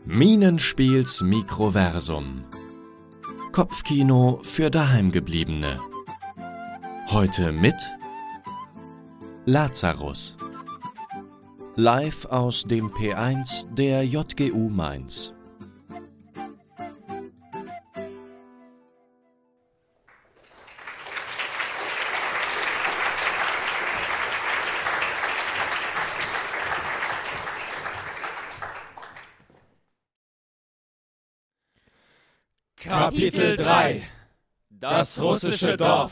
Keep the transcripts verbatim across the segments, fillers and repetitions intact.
Minenspiels Mikroversum. Kopfkino für Daheimgebliebene. Heute mit Lazarus. Live aus dem P eins der J G U Mainz. Kapitel drei. Das russische Dorf.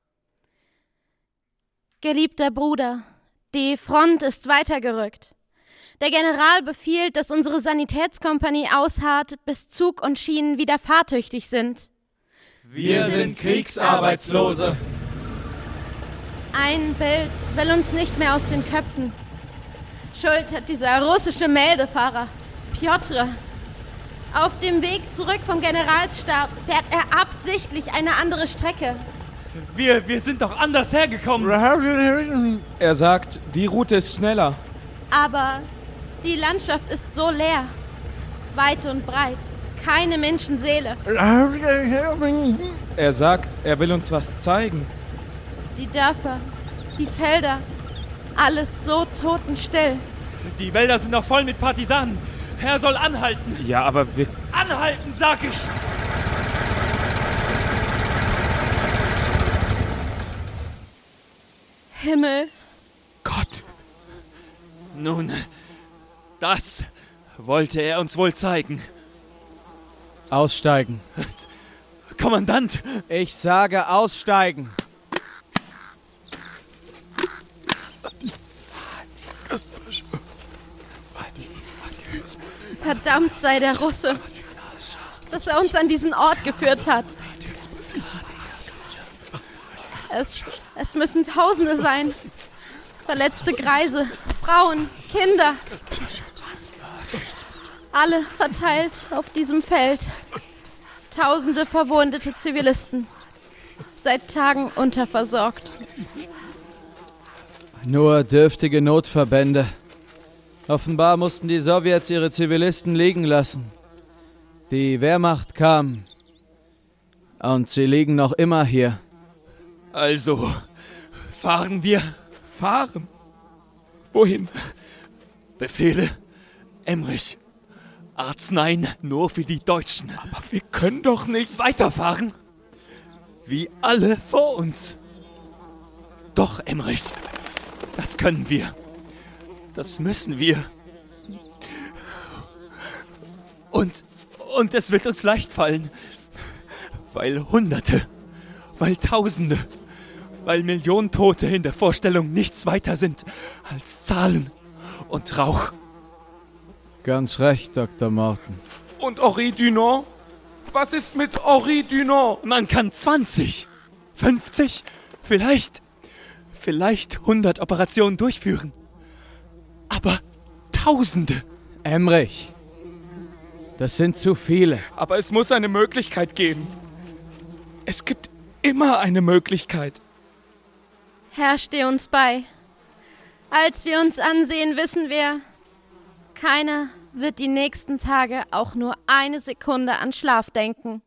Geliebter Bruder, die Front ist weitergerückt. Der General befiehlt, dass unsere Sanitätskompanie ausharrt, bis Zug und Schienen wieder fahrtüchtig sind. Wir sind Kriegsarbeitslose. Ein Bild will uns nicht mehr aus den Köpfen. Schuld hat dieser russische Meldefahrer, Pjotr. Auf dem Weg zurück vom Generalsstab fährt er absichtlich eine andere Strecke. Wir, wir sind doch anders hergekommen. Er sagt, die Route ist schneller. Aber die Landschaft ist so leer. Weit und breit. Keine Menschenseele. Er sagt, er will uns was zeigen. Die Dörfer, die Felder, alles so totenstill. Die Wälder sind noch voll mit Partisanen. Er soll anhalten. Ja, aber wir... Anhalten, sag ich! Himmel. Gott. Nun, das wollte er uns wohl zeigen. Aussteigen. Kommandant! Ich sage aussteigen. Verdammt sei der Russe, dass er uns an diesen Ort geführt hat. Es, es müssen Tausende sein. Verletzte Greise, Frauen, Kinder. Alle verteilt auf diesem Feld. Tausende verwundete Zivilisten. Seit Tagen unterversorgt. Nur dürftige Notverbände. Offenbar mussten die Sowjets ihre Zivilisten liegen lassen. Die Wehrmacht kam. Und sie liegen noch immer hier. Also, fahren wir? Fahren? Wohin? Befehle, Emmerich. Arzneien nur für die Deutschen. Aber wir können doch nicht weiterfahren. Wie alle vor uns. Doch, Emmerich, das können wir. Das müssen wir. Und, und es wird uns leicht fallen. Weil Hunderte, weil Tausende, weil Millionen Tote in der Vorstellung nichts weiter sind als Zahlen und Rauch. Ganz recht, Doktor Morton. Und Henri Dunant? Was ist mit Henri Dunant? Man kann zwanzig, fünfzig, vielleicht, vielleicht hundert Operationen durchführen. Aber Tausende. Emmerich, das sind zu viele. Aber es muss eine Möglichkeit geben. Es gibt immer eine Möglichkeit. Herr, steh uns bei. Als wir uns ansehen, wissen wir, keiner wird die nächsten Tage auch nur eine Sekunde an Schlaf denken.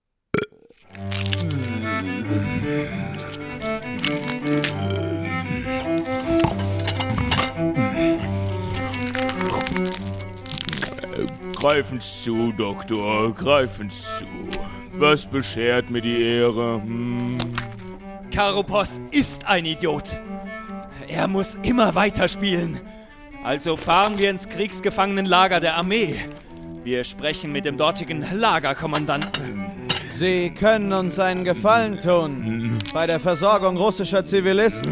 Greifen zu, Doktor, greifen zu. Was beschert mir die Ehre? Hm? Karopos ist ein Idiot. Er muss immer weiterspielen. Also fahren wir ins Kriegsgefangenenlager der Armee. Wir sprechen mit dem dortigen Lagerkommandanten. Sie können uns einen Gefallen tun bei der Versorgung russischer Zivilisten.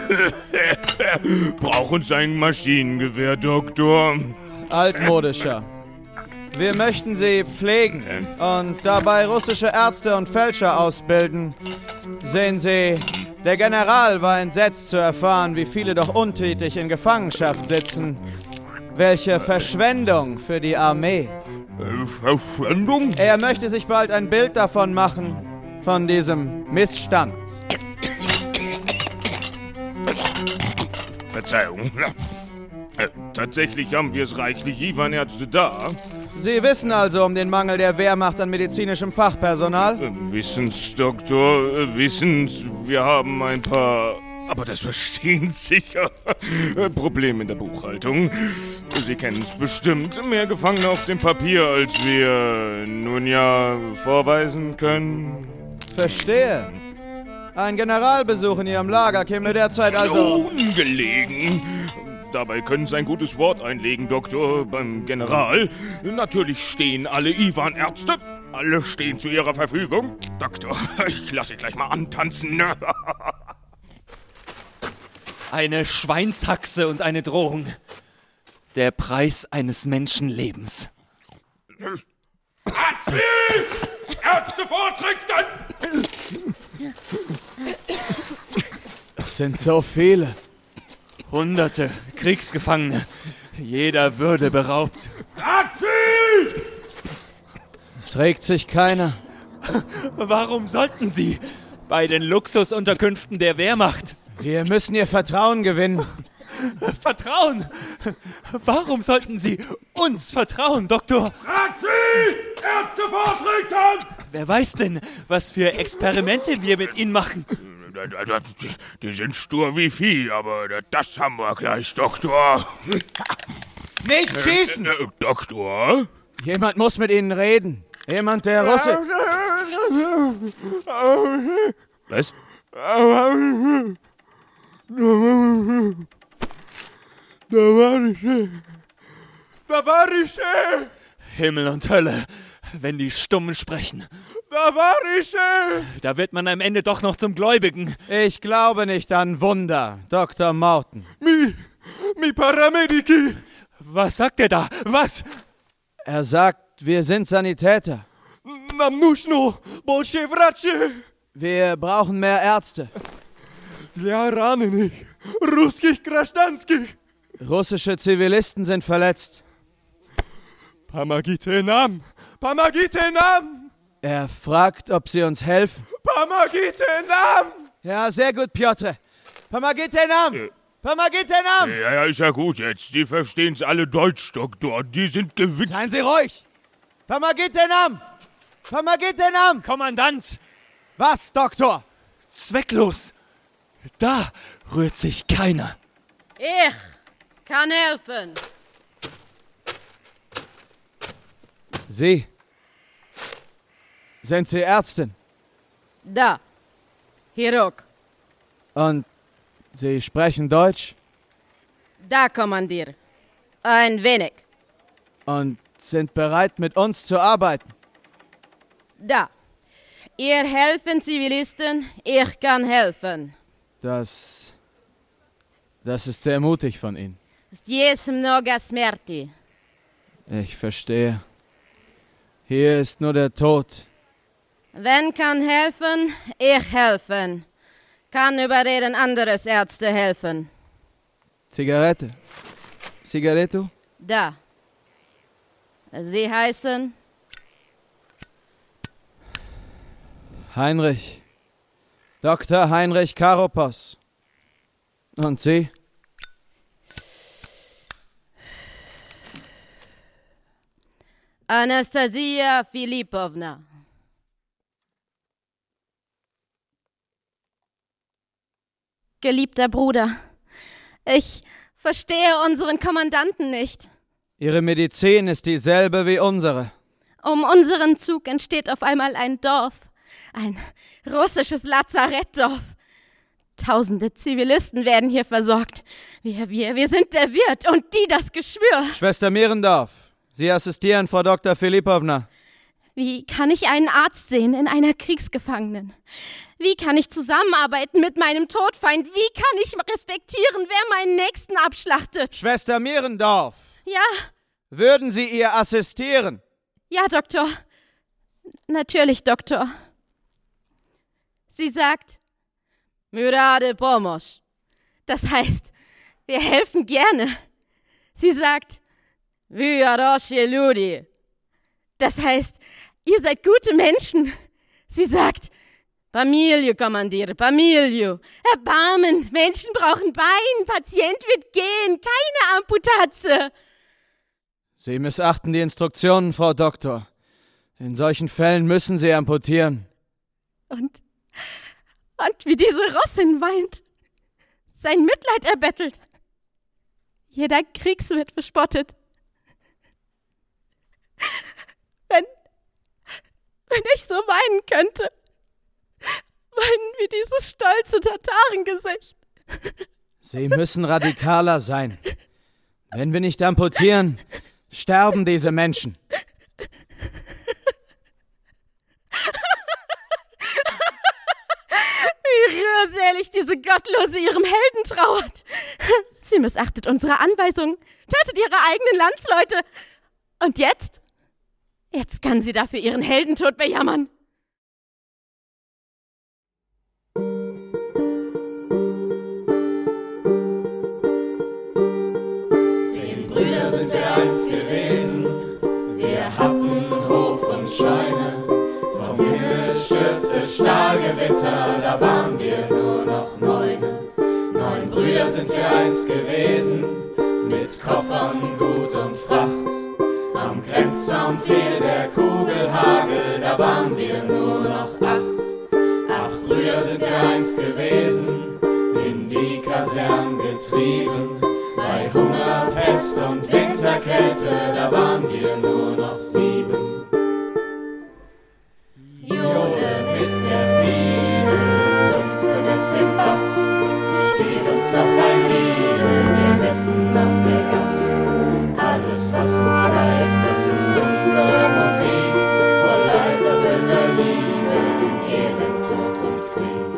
Brauchen Sie ein Maschinengewehr, Doktor? Altmodischer. Wir möchten sie pflegen und dabei russische Ärzte und Feldscher ausbilden. Sehen Sie, der General war entsetzt zu erfahren, wie viele doch untätig in Gefangenschaft sitzen. Welche Verschwendung für die Armee. Verschwendung? Er möchte sich bald ein Bild davon machen, von diesem Missstand. Verzeihung. Äh, tatsächlich haben wir es reichlich Iwan-Ärzte da. Sie wissen also um den Mangel der Wehrmacht an medizinischem Fachpersonal? Äh, Wissensdoktor, äh, Wissens, wir haben ein paar, aber das verstehen Sie sicher, äh, Probleme in der Buchhaltung. Sie kennen es bestimmt, mehr Gefangene auf dem Papier, als wir nun ja vorweisen können. Verstehe. Ein Generalbesuch in Ihrem Lager käme derzeit also... Ungelegen. Dabei können Sie ein gutes Wort einlegen, Doktor, beim General. Natürlich stehen alle Iwan-Ärzte. Alle stehen zu Ihrer Verfügung. Doktor, ich lasse Sie gleich mal antanzen. Eine Schweinshaxe und eine Drohung. Der Preis eines Menschenlebens. Ärzte vortreten! Es sind so viele. Hunderte Kriegsgefangene, jeder Würde beraubt. Es regt sich keiner. Warum sollten sie bei den Luxusunterkünften der Wehrmacht? Wir müssen ihr Vertrauen gewinnen. Vertrauen? Warum sollten sie uns vertrauen, Doktor? Ärzte vortreten! Wer weiß denn, was für Experimente wir mit ihnen machen? Die sind stur wie Vieh, aber das haben wir gleich, Doktor. Nicht schießen! Äh, Doktor? Jemand muss mit ihnen reden. Jemand, der Russe... Was? Himmel und Hölle, wenn die Stummen sprechen. Da wird man am Ende doch noch zum Gläubigen. Ich glaube nicht an Wunder, Doktor Morton. Mi, mi Paramediki. Was sagt er da? Was? Er sagt, wir sind Sanitäter. Nam nushno, bolsche vrace. Wir brauchen mehr Ärzte. Ja, raneni, ruskich grastanskich. Russische Zivilisten sind verletzt. Pomogite nam, pomogite nam. Er fragt, ob Sie uns helfen. Pomogite nam! Ja, sehr gut, Piotr. Pomogite nam! Äh. Pomogite nam! Ja, ja, ist ja gut jetzt. Die verstehen's alle Deutsch, Doktor. Die sind gewitzt. Seien Sie ruhig! Pomogite nam! Pomogite nam! Kommandant! Was, Doktor? Zwecklos! Da rührt sich keiner. Ich kann helfen. Sie? Sind Sie Ärztin? Da. Hirok. Und Sie sprechen Deutsch? Da, Kommandier. Ein wenig. Und sind bereit, mit uns zu arbeiten? Da. Ihr helfen Zivilisten, ich kann helfen. Das... Das ist sehr mutig von Ihnen. Здесь много смерти. Ich verstehe. Hier ist nur der Tod. Wenn kann helfen, ich helfen. Kann überreden, anderes Ärzte helfen. Zigarette. Zigaretto? Da. Sie heißen? Heinrich. Doktor Heinrich Karopos. Und Sie? Anastasia Filipovna. Geliebter Bruder, ich verstehe unseren Kommandanten nicht. Ihre Medizin ist dieselbe wie unsere. Um unseren Zug entsteht auf einmal ein Dorf. Ein russisches Lazarettdorf. Tausende Zivilisten werden hier versorgt. Wir, wir, wir sind der Wirt und die das Geschwür. Schwester Mierendorf, Sie assistieren Frau Doktor Filipovna. Wie kann ich einen Arzt sehen in einer Kriegsgefangenen? Wie kann ich zusammenarbeiten mit meinem Todfeind? Wie kann ich respektieren, wer meinen Nächsten abschlachtet? Schwester Mierendorf, Ja, würden Sie ihr assistieren? ja, Doktor. Natürlich, Doktor. Sie sagt, Myrade Pomos. Das heißt, wir helfen gerne. Sie sagt, Vyaroshe Ludi. Das heißt, ihr seid gute Menschen. Sie sagt, Familie, Kommandier, Familie. Erbarmen, Menschen brauchen Bein, Patient wird gehen, keine Amputatze. Sie missachten die Instruktionen, Frau Doktor. In solchen Fällen müssen Sie amputieren. Und, und wie diese Rossin weint, sein Mitleid erbettelt. Jeder Kriegswirt verspottet. Wenn, wenn ich so weinen könnte, weinen wie dieses stolze Tatarengesicht. Sie müssen radikaler sein. Wenn wir nicht amputieren, sterben diese Menschen. Wie rührselig diese Gottlose ihrem Helden trauert. Sie missachtet unsere Anweisungen, tötet ihre eigenen Landsleute. Und jetzt? Jetzt kann sie dafür ihren Heldentod bejammern. Zehn Brüder sind wir einst gewesen, wir hatten Hof und Scheune. Vom Himmel stürzte Stahlgewitter, da waren wir nur noch neune. Neun Brüder sind wir einst gewesen, mit Koffern, Gut und Fracht. Am Grenzzaun fiel der Kugelhagel, da waren wir nur noch acht. Acht Brüder sind wir einst gewesen, in die Kasernen getrieben. Bei Hunger, Pest und Winterkälte, da waren wir nur noch sieben. Jode mit der Fiedel, Zupfe mit dem Bass, spiel uns noch ein Lied, wir mitten auf der Gass. Alles, was uns bleibt, das ist unsere Musik, voll Leid, erfüllter Liebe, in Elend, Tod und Krieg.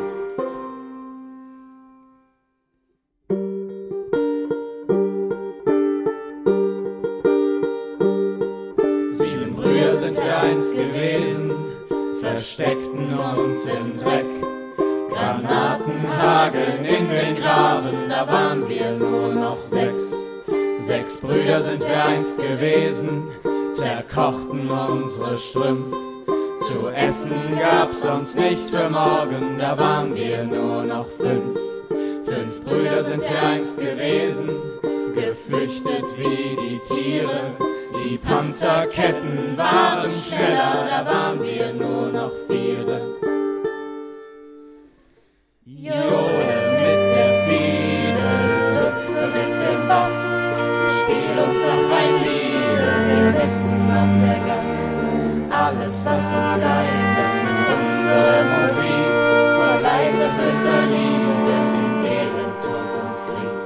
Sieben Brüder sind wir einst gewesen, versteckten uns im Dreck. Granaten hageln in den Graben, da waren wir nur noch sechs. Sechs Brüder sind wir einst gewesen, zerkochten unsere Strümpf. Zu essen gab's uns nichts für morgen, da waren wir nur noch fünf. Fünf Brüder sind wir einst gewesen, geflüchtet wie die Tiere. Die Panzerketten waren schneller, da waren wir nur noch viere. Jode mit der Fiedel, Zupfe mit dem Bass, spiel uns noch ein Lied, wir mitten auf der Gass. Alles, was uns bleibt, das ist unsere Musik, voll Leid, erfüllter Liebe, in Elend, Tod und Krieg.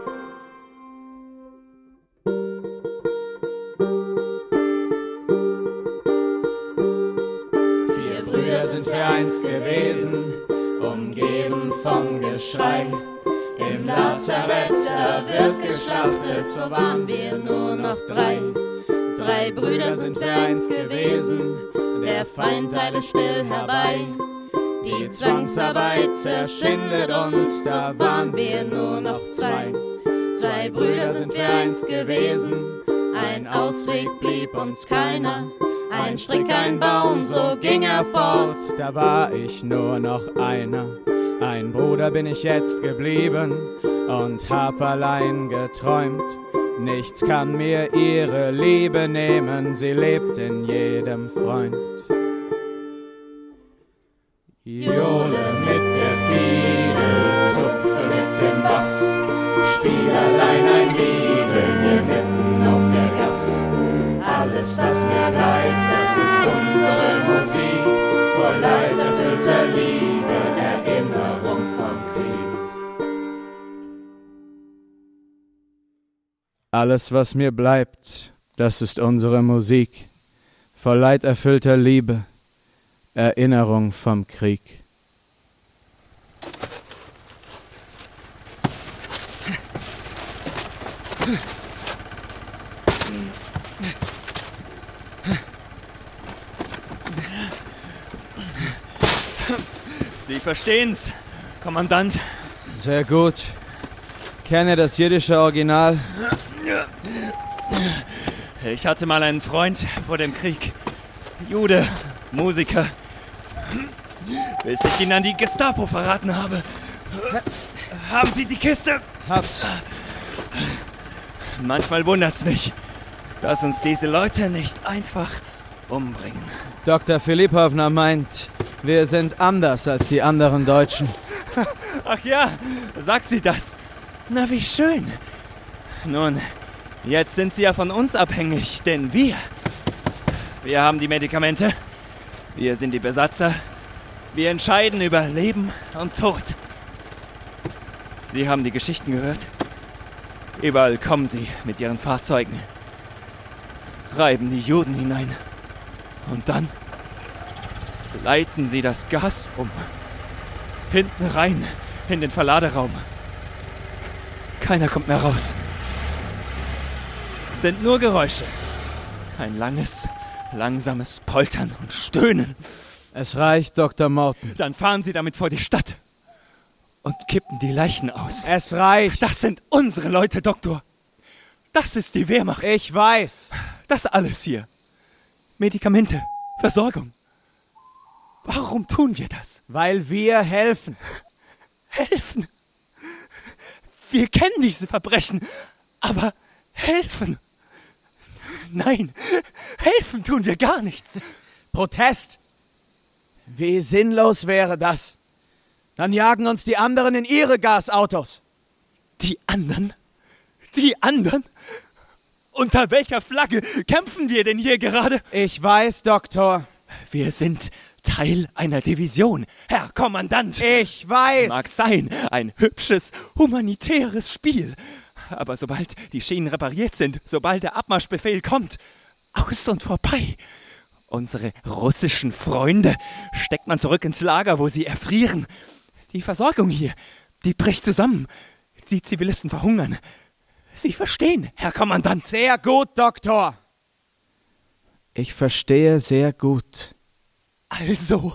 Vier Brüder sind wir einst gewesen, umgeben vom Geschrei. Im Lazarett, da wird geschlachtet, so waren wir nur noch drei. Drei Brüder sind wir einst gewesen, der Feind eilt still herbei. Die Zwangsarbeit zerschindet uns, da waren wir nur noch zwei. Zwei Brüder sind wir einst gewesen, ein Ausweg blieb uns keiner. Ein Strick, ein Baum, so ging er fort, Da war ich nur noch einer. Ein Bruder bin ich jetzt geblieben und hab allein geträumt. Nichts kann mir ihre Liebe nehmen, sie lebt in jedem Freund. Jole mit der Fiedel, Zupfe mit dem Bass, spiel allein ein Lied, hier mitten auf der Gass. Alles, was mir bleibt, das ist unsere Musik, voll Leid, erfüllter Liebe, Erinnerung vom Krieg. Alles, was mir bleibt, das ist unsere Musik, voll leiderfüllter Liebe, Erinnerung vom Krieg. Sie verstehen's, Kommandant. Sehr gut. Kenne das jiddische Original. Ich hatte mal einen Freund vor dem Krieg. Jude, Musiker. Bis ich ihn an die Gestapo verraten habe. Haben Sie die Kiste? Hab's. Manchmal wundert's mich. dass uns diese Leute nicht einfach umbringen. Doktor Philippowna meint, wir sind anders als die anderen Deutschen. Ach ja, sagt sie das. Na, wie schön. Nun, jetzt sind sie ja von uns abhängig, denn wir... Wir haben die Medikamente, wir sind die Besatzer, wir entscheiden über Leben und Tod. Sie haben die Geschichten gehört? Überall kommen sie mit ihren Fahrzeugen, treiben die Juden hinein und dann leiten sie das Gas um. Hinten rein in den Verladeraum. Keiner kommt mehr raus. Es sind nur Geräusche. Ein langes, langsames Poltern und Stöhnen. Es reicht, Doktor Morton. Dann fahren sie damit vor die Stadt und kippen die Leichen aus. Es reicht. Das sind unsere Leute, Doktor. Das ist die Wehrmacht. Ich weiß. Das alles hier. Medikamente, Versorgung. Warum tun wir das? Weil wir helfen. Helfen? Wir kennen diese Verbrechen, aber helfen? Nein, helfen tun wir gar nichts. Protest? Wie sinnlos wäre das? Dann jagen uns die anderen in ihre Gasautos. Die anderen? Die anderen? Unter welcher Flagge kämpfen wir denn hier gerade? Ich weiß, Doktor. Wir sind Teil einer Division, Herr Kommandant. Ich weiß. Mag sein, ein hübsches, humanitäres Spiel. Aber sobald die Schienen repariert sind, sobald der Abmarschbefehl kommt, aus und vorbei. Unsere russischen Freunde steckt man zurück ins Lager, wo sie erfrieren. Die Versorgung hier, die bricht zusammen. Die Zivilisten verhungern. Sie verstehen, Herr Kommandant. Sehr gut, Doktor. Ich verstehe sehr gut. Also...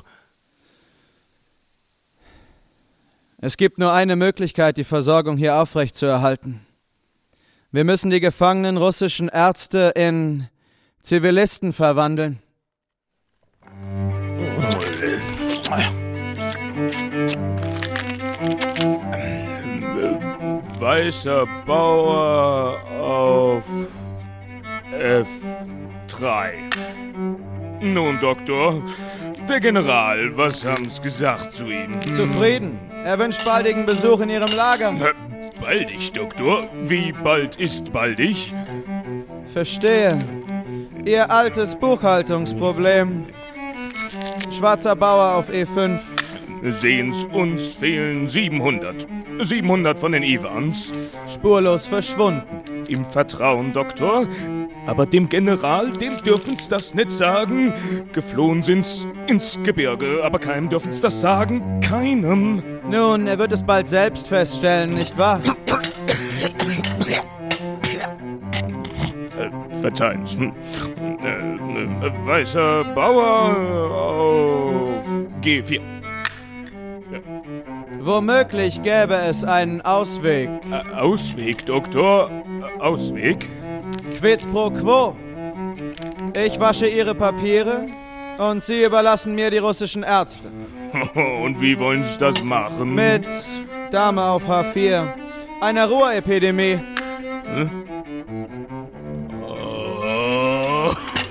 Es gibt nur eine Möglichkeit, die Versorgung hier aufrechtzuerhalten. Wir müssen die gefangenen russischen Ärzte in Zivilisten verwandeln. Weißer Bauer auf F drei. Nun, Doktor, der General, was haben's gesagt zu ihm? Zufrieden. Er wünscht baldigen Besuch in Ihrem Lager. Äh, baldig, Doktor? Wie bald ist baldig? Verstehe. Ihr altes Buchhaltungsproblem. Schwarzer Bauer auf E fünf. Sehen's, uns fehlen siebenhundert. siebenhundert von den Iwans. Spurlos verschwunden. Im Vertrauen, Doktor. Aber dem General, dem dürfen's das nicht sagen. Geflohen sind's ins Gebirge, aber keinem dürfen's das sagen. Keinem. Nun, er wird es bald selbst feststellen, nicht wahr? Äh, verzeihen. Hm. Äh, äh, weißer Bauer auf G vier. Womöglich gäbe es einen Ausweg. Äh, Ausweg, Doktor. Äh, Ausweg? Quid pro quo. Ich wasche Ihre Papiere und Sie überlassen mir die russischen Ärzte. Und wie wollen Sie das machen? Mit Dame auf H vier, einer Ruhrepidemie. Hm? Oh.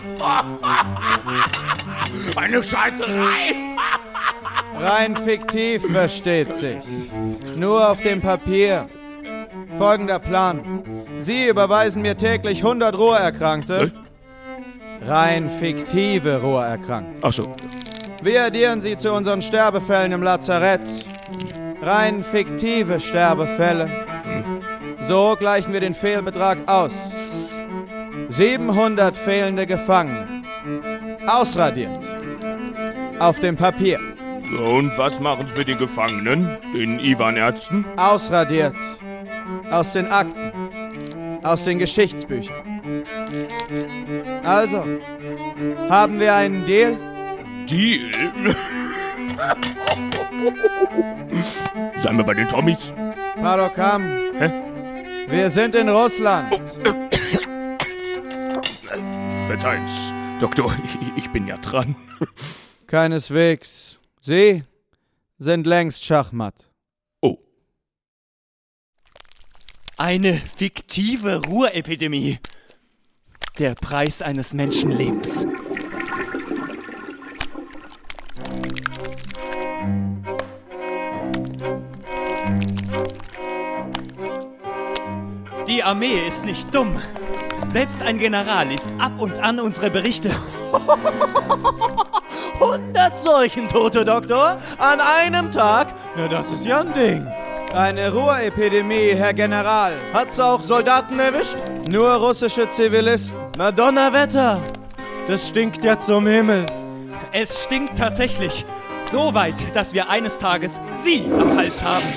Eine Scheißerei! Rein fiktiv, versteht sich. Nur auf dem Papier. Folgender Plan. Sie überweisen mir täglich hundert Ruhrerkrankte. Rein fiktive Ruhrerkrankte. Ach so. Wir addieren sie zu unseren Sterbefällen im Lazarett. Rein fiktive Sterbefälle. So gleichen wir den Fehlbetrag aus. siebenhundert fehlende Gefangene. Ausradiert. Auf dem Papier. Und was machen Sie mit den Gefangenen, den Iwan-Ärzten? Ausradiert. Aus den Akten. Aus den Geschichtsbüchern. Also, haben wir einen Deal? Deal? Seien wir bei den Tommys? Padokam. Hä? Wir sind in Russland. Oh, äh. Verzeihen's, Doktor, ich, ich bin ja dran. Keineswegs. Sie sind längst Schachmatt. Oh. Eine fiktive Ruhrepidemie. der Preis eines Menschenlebens. Die Armee ist nicht dumm. Selbst ein General liest ab und an unsere Berichte. hundert Seuchentote, Doktor, an einem Tag? Na, das ist ja ein Ding. Eine Ruhrepidemie, Herr General. Hat's auch Soldaten erwischt? Nur russische Zivilisten. Na Donnerwetter, das stinkt ja zum Himmel. Es stinkt tatsächlich. So weit, dass wir eines Tages Sie am Hals haben.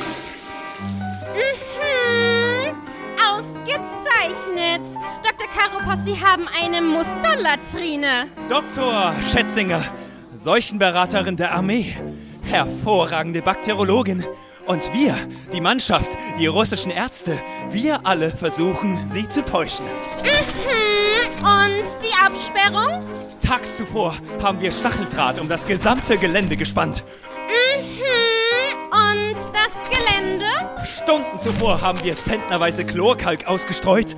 Mhm. Ausgezeichnet. Doktor Karopos, Sie haben eine Musterlatrine. Doktor Schätzinger, Seuchenberaterin der Armee, hervorragende Bakteriologin. Und wir, die Mannschaft, die russischen Ärzte, wir alle versuchen, Sie zu täuschen. Mhm. Und die Absperrung? Tags zuvor haben wir Stacheldraht um das gesamte Gelände gespannt. Mhm. Und das Gelände? Stunden zuvor haben wir zentnerweise Chlorkalk ausgestreut.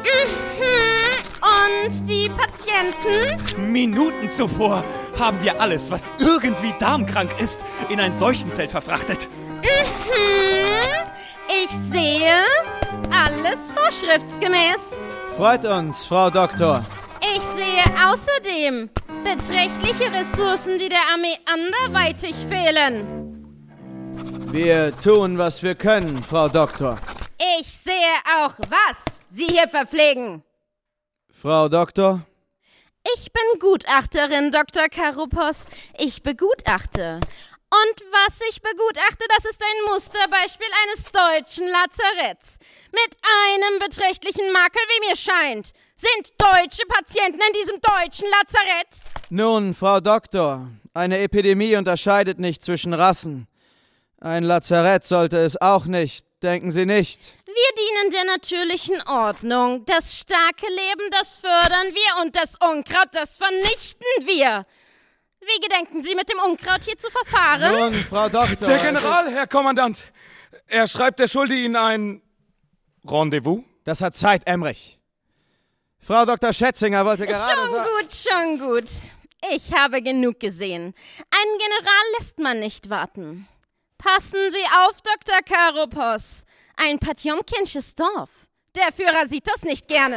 Mhm. Und die Patienten? Minuten zuvor haben wir alles, was irgendwie darmkrank ist, in ein Seuchenzelt verfrachtet. Mhm. Ich sehe, alles vorschriftsgemäß. Freut uns, Frau Doktor. Ich sehe außerdem beträchtliche Ressourcen, die der Armee anderweitig fehlen. Wir tun, was wir können, Frau Doktor. Ich sehe auch, was Sie hier verpflegen. Frau Doktor? Ich bin Gutachterin, Doktor Karopos. Ich begutachte. Und was ich begutachte, das ist ein Musterbeispiel eines deutschen Lazaretts. Mit einem beträchtlichen Makel, wie mir scheint. Sind deutsche Patienten in diesem deutschen Lazarett? Nun, Frau Doktor, eine Epidemie unterscheidet nicht zwischen Rassen. Ein Lazarett sollte es auch nicht, denken Sie nicht? Wir dienen der natürlichen Ordnung. Das starke Leben, das fördern wir und das Unkraut, das vernichten wir. Wie gedenken Sie, mit dem Unkraut hier zu verfahren? Nun, Frau Doktor... Der General, Herr Kommandant. Er schreibt, er schulde Ihnen ein Rendezvous. Das hat Zeit, Emmerich. Frau Doktor Schätzinger wollte gerade Schon sagen... gut, schon gut. Ich habe genug gesehen. Einen General lässt man nicht warten. Passen Sie auf, Doktor Karopos. Ein Patjomkinsches Dorf. Der Führer sieht das nicht gerne.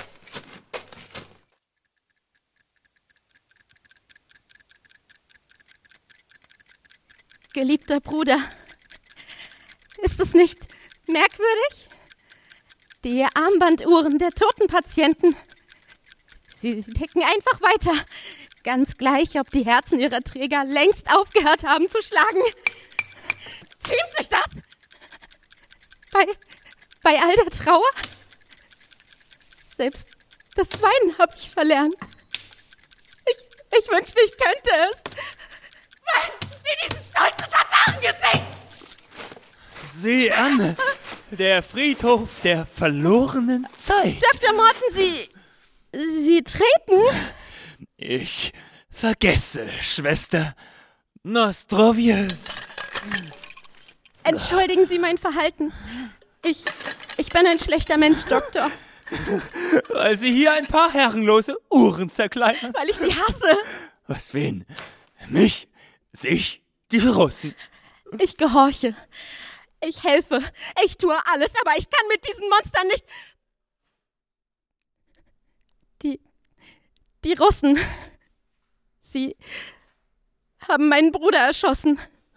Geliebter Bruder, ist es nicht merkwürdig? Die Armbanduhren der toten Patienten, sie, sie ticken einfach weiter. Ganz gleich, ob die Herzen ihrer Träger längst aufgehört haben zu schlagen. Ziemt sich das? Bei, bei all der Trauer? Selbst das Weinen habe ich verlernt. Ich, ich wünschte, ich könnte es. Nein, wie dieses stolze Tatarengesicht! Sieh an, der Friedhof der verlorenen Zeit. Doktor Morton, Sie... Sie treten? Ich vergesse, Schwester. Nostrovje. Entschuldigen Sie mein Verhalten. Ich... Ich bin ein schlechter Mensch, Doktor. Weil Sie hier ein paar herrenlose Uhren zerkleinern. Weil ich Sie hasse. Was, wen? Mich? Sich? Die Russen? Ich gehorche. Ich helfe. Ich tue alles, aber ich kann mit diesen Monstern nicht... Die... Die Russen... Sie haben meinen Bruder erschossen.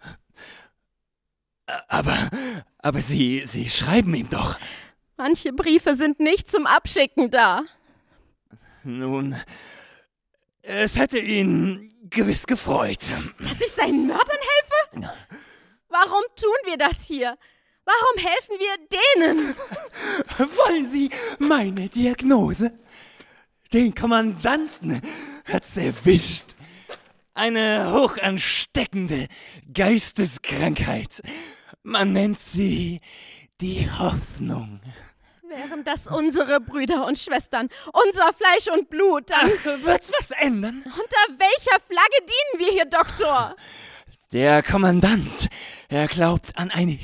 Aber... Aber Sie... Sie schreiben ihm doch. Manche Briefe sind nicht zum Abschicken da. Nun... Es hätte ihn gewiss gefreut. Dass ich seinen Mördern helfe? Warum tun wir das hier? Warum helfen wir denen? Wollen Sie meine Diagnose? Den Kommandanten hat's erwischt. Eine hochansteckende Geisteskrankheit. Man nennt sie die Hoffnung. Wären das unsere Brüder und Schwestern, unser Fleisch und Blut, dann... Ach, wird's was ändern? Unter welcher Flagge dienen wir hier, Doktor? Der Kommandant, er glaubt an ein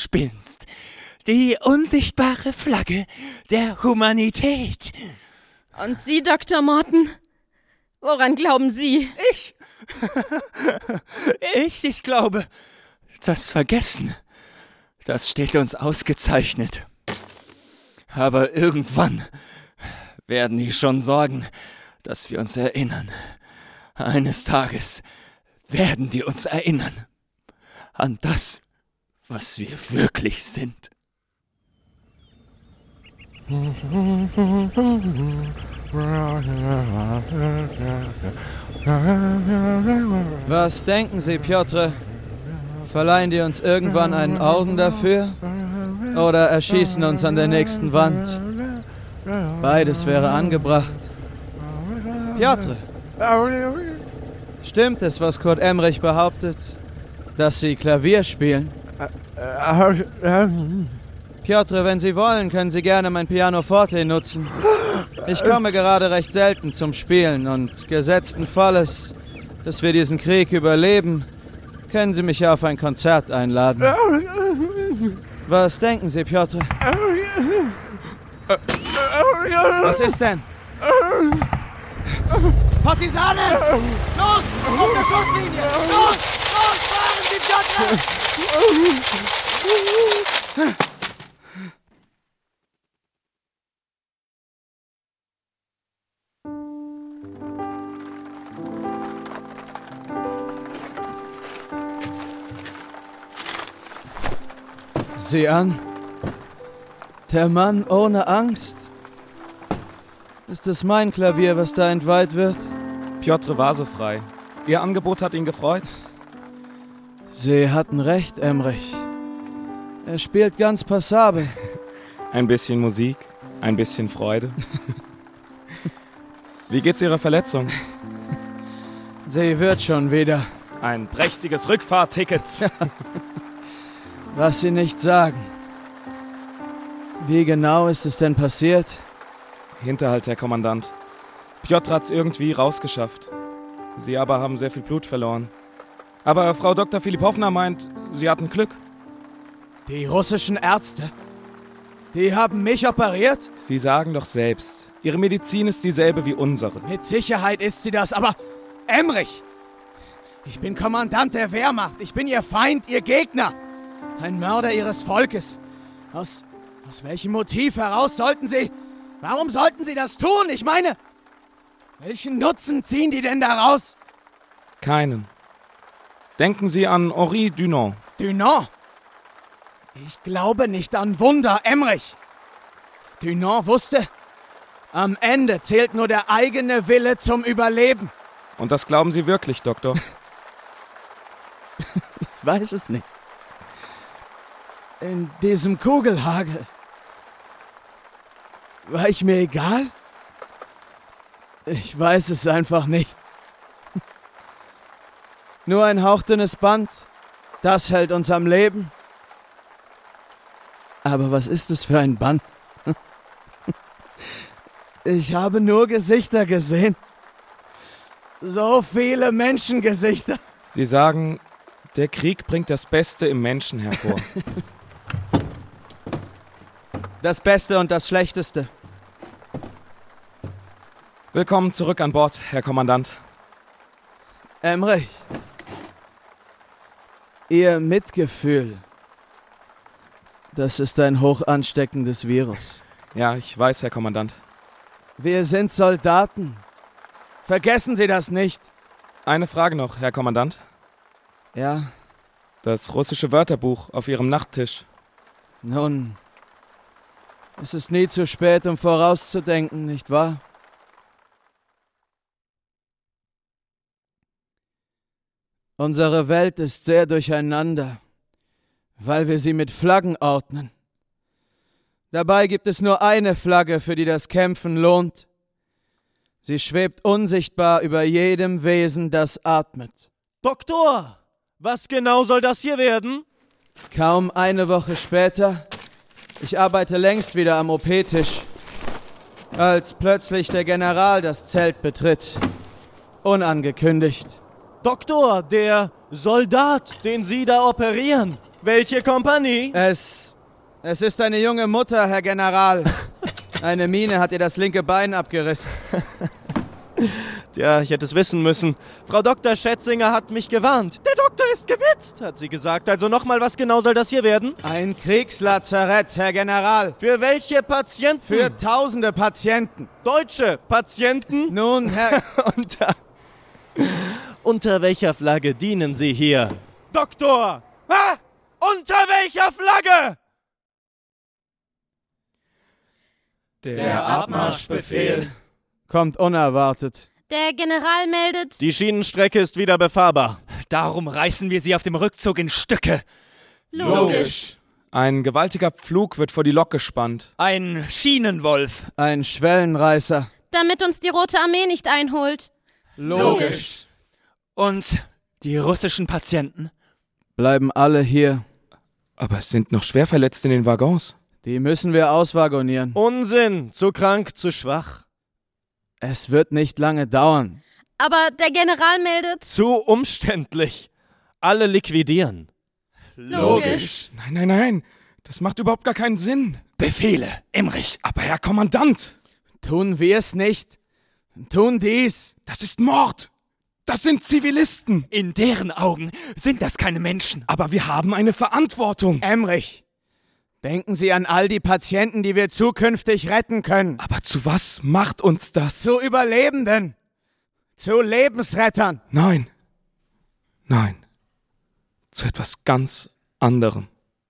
Hirngespinst. Die unsichtbare Flagge der Humanität. Und Sie, Doktor Morton? Woran glauben Sie? Ich? ich, ich glaube, das Vergessen, das steht uns ausgezeichnet. Aber irgendwann werden die schon sorgen, dass wir uns erinnern. Eines Tages werden die uns erinnern an das, was wir wirklich sind. Was denken Sie, Piotr? Verleihen die uns irgendwann einen Orden dafür? Oder erschießen uns an der nächsten Wand? Beides wäre angebracht. Piotr, stimmt es, was Kurt Emmerich behauptet, dass Sie Klavier spielen? Piotr, wenn Sie wollen, können Sie gerne mein Pianoforte nutzen. Ich komme gerade recht selten zum Spielen und gesetzten Falles, dass wir diesen Krieg überleben, können Sie mich ja auf ein Konzert einladen. Was denken Sie, Piotr? Was ist denn? Partisanen! Los! Auf der Schusslinie! Los! Los! Fahren Sie, Piotr! Sieh an. Der Mann ohne Angst. Ist es mein Klavier, was da entweiht wird? Piotr war so frei. Ihr Angebot hat ihn gefreut? Sie hatten recht, Emmerich. Er spielt ganz passabel. Ein bisschen Musik, ein bisschen Freude. Wie geht's Ihrer Verletzung? Sie wird schon wieder. Ein prächtiges Rückfahrticket. Was Sie nicht sagen. Wie genau ist es denn passiert? Hinterhalt, Herr Kommandant. Piotr hat's irgendwie rausgeschafft. Sie aber haben sehr viel Blut verloren. Aber Frau Doktor Filipowna meint, Sie hatten Glück. Die russischen Ärzte? Die haben mich operiert? Sie sagen doch selbst, Ihre Medizin ist dieselbe wie unsere. Mit Sicherheit ist sie das, aber Emmerich! Ich bin Kommandant der Wehrmacht. Ich bin Ihr Feind, Ihr Gegner. Ein Mörder Ihres Volkes. Aus, aus welchem Motiv heraus sollten Sie... Warum sollten Sie das tun? Ich meine, welchen Nutzen ziehen die denn daraus? Keinen. Denken Sie an Henri Dunant. Dunant? Ich glaube nicht an Wunder, Emmerich. Dunant wusste, am Ende zählt nur der eigene Wille zum Überleben. Und das glauben Sie wirklich, Doktor? Ich weiß es nicht. In diesem Kugelhagel. War ich mir egal? Ich weiß es einfach nicht. Nur ein hauchdünnes Band, das hält uns am Leben. Aber was ist es für ein Band? Ich habe nur Gesichter gesehen. So viele Menschengesichter. Sie sagen, der Krieg bringt das Beste im Menschen hervor. Das Beste und das Schlechteste. Willkommen zurück an Bord, Herr Kommandant. Emmerich, Ihr Mitgefühl, das ist ein hoch ansteckendes Virus. Ja, ich weiß, Herr Kommandant. Wir sind Soldaten. Vergessen Sie das nicht. Eine Frage noch, Herr Kommandant. Ja? Das russische Wörterbuch auf Ihrem Nachttisch. Nun, es ist nie zu spät, um vorauszudenken, nicht wahr? Unsere Welt ist sehr durcheinander, weil wir sie mit Flaggen ordnen. Dabei gibt es nur eine Flagge, für die das Kämpfen lohnt. Sie schwebt unsichtbar über jedem Wesen, das atmet. Doktor, was genau soll das hier werden? Kaum eine Woche später, ich arbeite längst wieder am O P-Tisch, als plötzlich der General das Zelt betritt. Unangekündigt. Doktor, der Soldat, den Sie da operieren. Welche Kompanie? Es... es ist eine junge Mutter, Herr General. Eine Mine hat ihr das linke Bein abgerissen. Tja, ich hätte es wissen müssen. Frau Doktor Schätzinger hat mich gewarnt. Der Doktor ist gewitzt, hat sie gesagt. Also nochmal, was genau soll das hier werden? Ein Kriegslazarett, Herr General. Für welche Patienten? Für tausende Patienten. Deutsche Patienten? Nun, Herr... unter, unter welcher Flagge dienen Sie hier? Doktor! Ha? Unter welcher Flagge? Der Abmarschbefehl kommt unerwartet. Der General meldet... Die Schienenstrecke ist wieder befahrbar. Darum reißen wir sie auf dem Rückzug in Stücke. Logisch. Ein gewaltiger Pflug wird vor die Lok gespannt. Ein Schienenwolf. Ein Schwellenreißer. Damit uns die Rote Armee nicht einholt. Logisch. Und die russischen Patienten? Bleiben alle hier. Aber es sind noch Schwerverletzte in den Waggons. Die müssen wir auswaggonieren. Unsinn! Zu krank, zu schwach. Es wird nicht lange dauern. Aber der General meldet... Zu umständlich. Alle liquidieren. Logisch. Nein, nein, nein. Das macht überhaupt gar keinen Sinn. Befehle, Emmerich. Aber Herr Kommandant! Tun wir es nicht. Tun dies. Das ist Mord. Das sind Zivilisten. In deren Augen sind das keine Menschen. Aber wir haben eine Verantwortung. Emmerich, denken Sie an all die Patienten, die wir zukünftig retten können. Aber zu was macht uns das? Zu Überlebenden. Zu Lebensrettern. Nein. Nein. Zu etwas ganz anderem.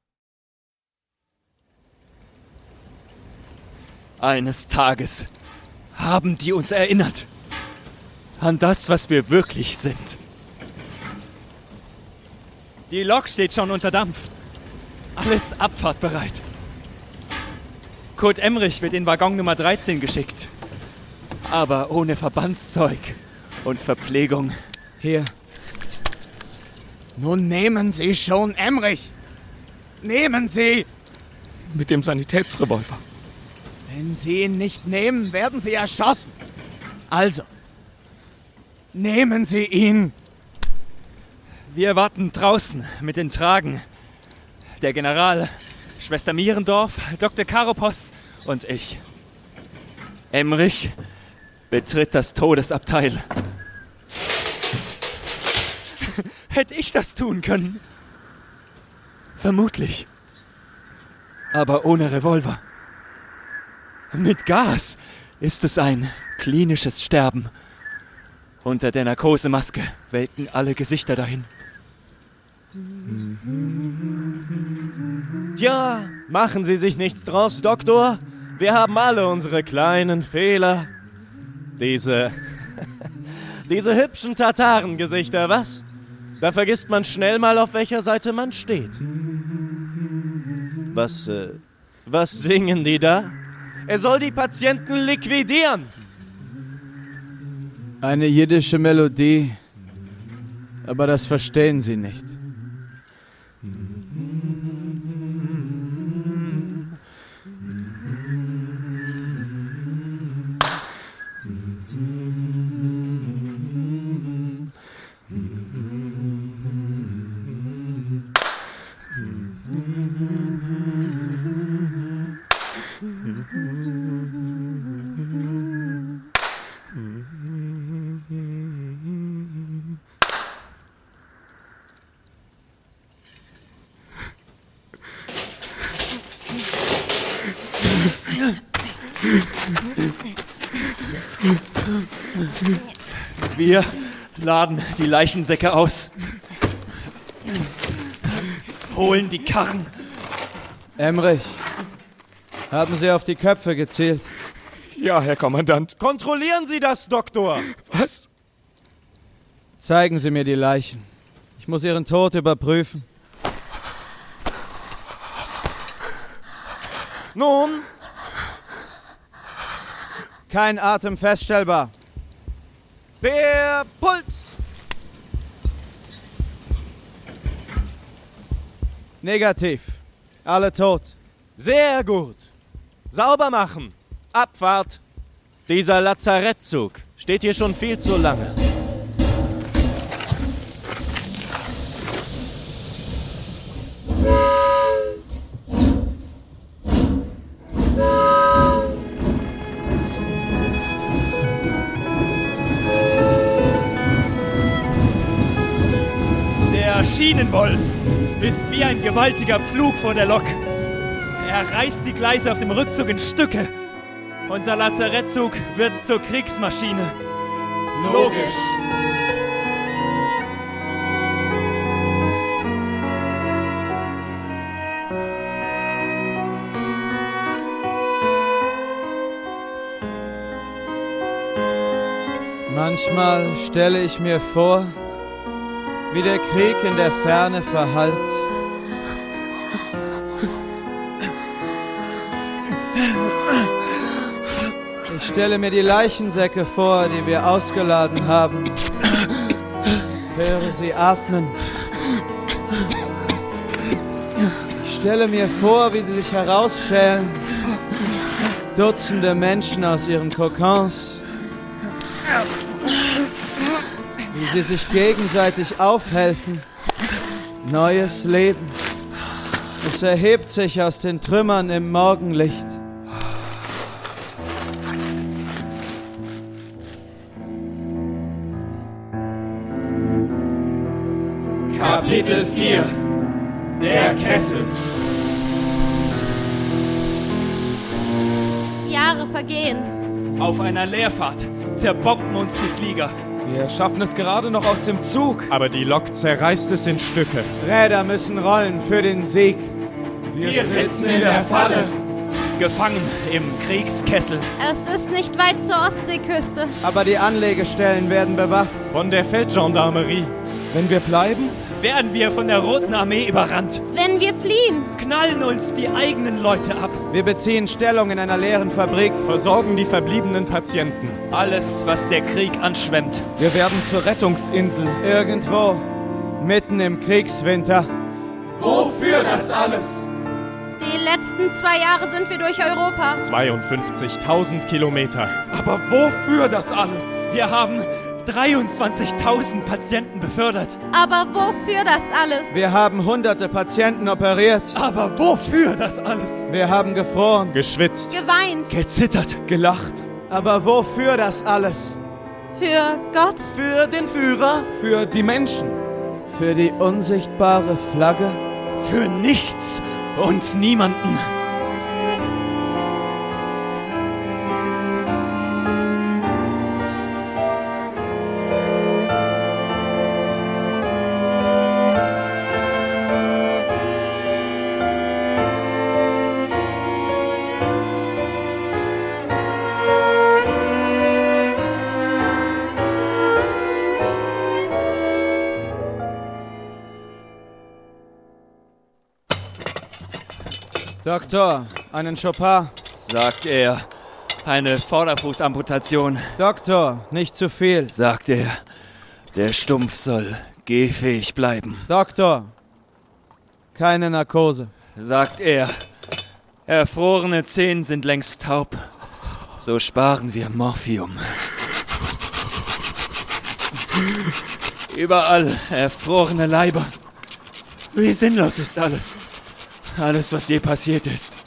Eines Tages haben die uns erinnert an das, was wir wirklich sind. Die Lok steht schon unter Dampf. Alles abfahrtbereit. Kurt Emmerich wird in Waggon Nummer dreizehn geschickt. Aber ohne Verbandszeug und Verpflegung. Hier. Nun nehmen Sie schon Emmerich. Nehmen Sie. Mit dem Sanitätsrevolver. Wenn Sie ihn nicht nehmen, werden Sie erschossen. Also, nehmen Sie ihn. Wir warten draußen mit den Tragen. Der General, Schwester Mierendorf, Doktor Karopos und ich. Emmerich betritt das Todesabteil. Hätte ich das tun können? Vermutlich. Aber ohne Revolver. Mit Gas ist es ein klinisches Sterben. Unter der Narkosemaske welken alle Gesichter dahin. Tja, machen Sie sich nichts draus, Doktor. Wir haben alle unsere kleinen Fehler. Diese... diese hübschen Tatarengesichter, was? Da vergisst man schnell mal, auf welcher Seite man steht. Was, äh, was singen die da? Er soll die Patienten liquidieren. Eine jiddische Melodie, aber das verstehen Sie nicht. Wir laden die Leichensäcke aus. Holen die Karren. Emmerich, haben Sie auf die Köpfe gezielt? Ja, Herr Kommandant. Kontrollieren Sie das, Doktor. Was? Zeigen Sie mir die Leichen. Ich muss Ihren Tod überprüfen. Nun? Kein Atem feststellbar. Per Puls. Negativ. Alle tot. Sehr gut. Sauber machen. Abfahrt. Dieser Lazarettzug steht hier schon viel zu lange. Maschinenwolf ist wie ein gewaltiger Pflug vor der Lok. Er reißt die Gleise auf dem Rückzug in Stücke. Unser Lazarettzug wird zur Kriegsmaschine. Logisch. Manchmal stelle ich mir vor, wie der Krieg in der Ferne verhallt. Ich stelle mir die Leichensäcke vor, die wir ausgeladen haben. Höre sie atmen. Ich stelle mir vor, wie sie sich herausschälen. Dutzende Menschen aus ihren Kokons. Wie sie sich gegenseitig aufhelfen. Neues Leben. Es erhebt sich aus den Trümmern im Morgenlicht. Kapitel vier. Der Kessel. Jahre vergehen. Auf einer Leerfahrt zerbocken uns die Flieger. Wir schaffen es gerade noch aus dem Zug. Aber die Lok zerreißt es in Stücke. Räder müssen rollen für den Sieg. Wir sitzen in der Falle. Gefangen im Kriegskessel. Es ist nicht weit zur Ostseeküste. Aber die Anlegestellen werden bewacht. Von der Feldgendarmerie. Wenn wir bleiben, Werden wir von der Roten Armee überrannt. Wenn wir fliehen. Knallen uns die eigenen Leute ab. Wir beziehen Stellung in einer leeren Fabrik. Versorgen die verbliebenen Patienten. Alles, was der Krieg anschwemmt. wir werden zur Rettungsinsel. Irgendwo. Mitten im Kriegswinter. Wofür das alles? Die letzten zwei Jahre sind wir durch Europa. zweiundfünfzigtausend Kilometer. Aber wofür das alles? Wir haben dreiundzwanzigtausend Patienten befördert. Aber wofür das alles? Wir haben hunderte Patienten operiert. Aber wofür das alles? Wir haben gefroren. Geschwitzt. Geweint. Gezittert. Gelacht. Aber wofür das alles? Für Gott. Für den Führer. Für die Menschen. Für die unsichtbare Flagge? Für nichts und niemanden. Doktor, einen Chopin. Sagt er. Eine Vorderfußamputation. Doktor, nicht zu viel. Sagt er. Der Stumpf soll gehfähig bleiben. Doktor, keine Narkose. Sagt er. Erfrorene Zehen sind längst taub. So sparen wir Morphium. Überall erfrorene Leiber. Wie sinnlos ist alles. Alles, was je passiert ist.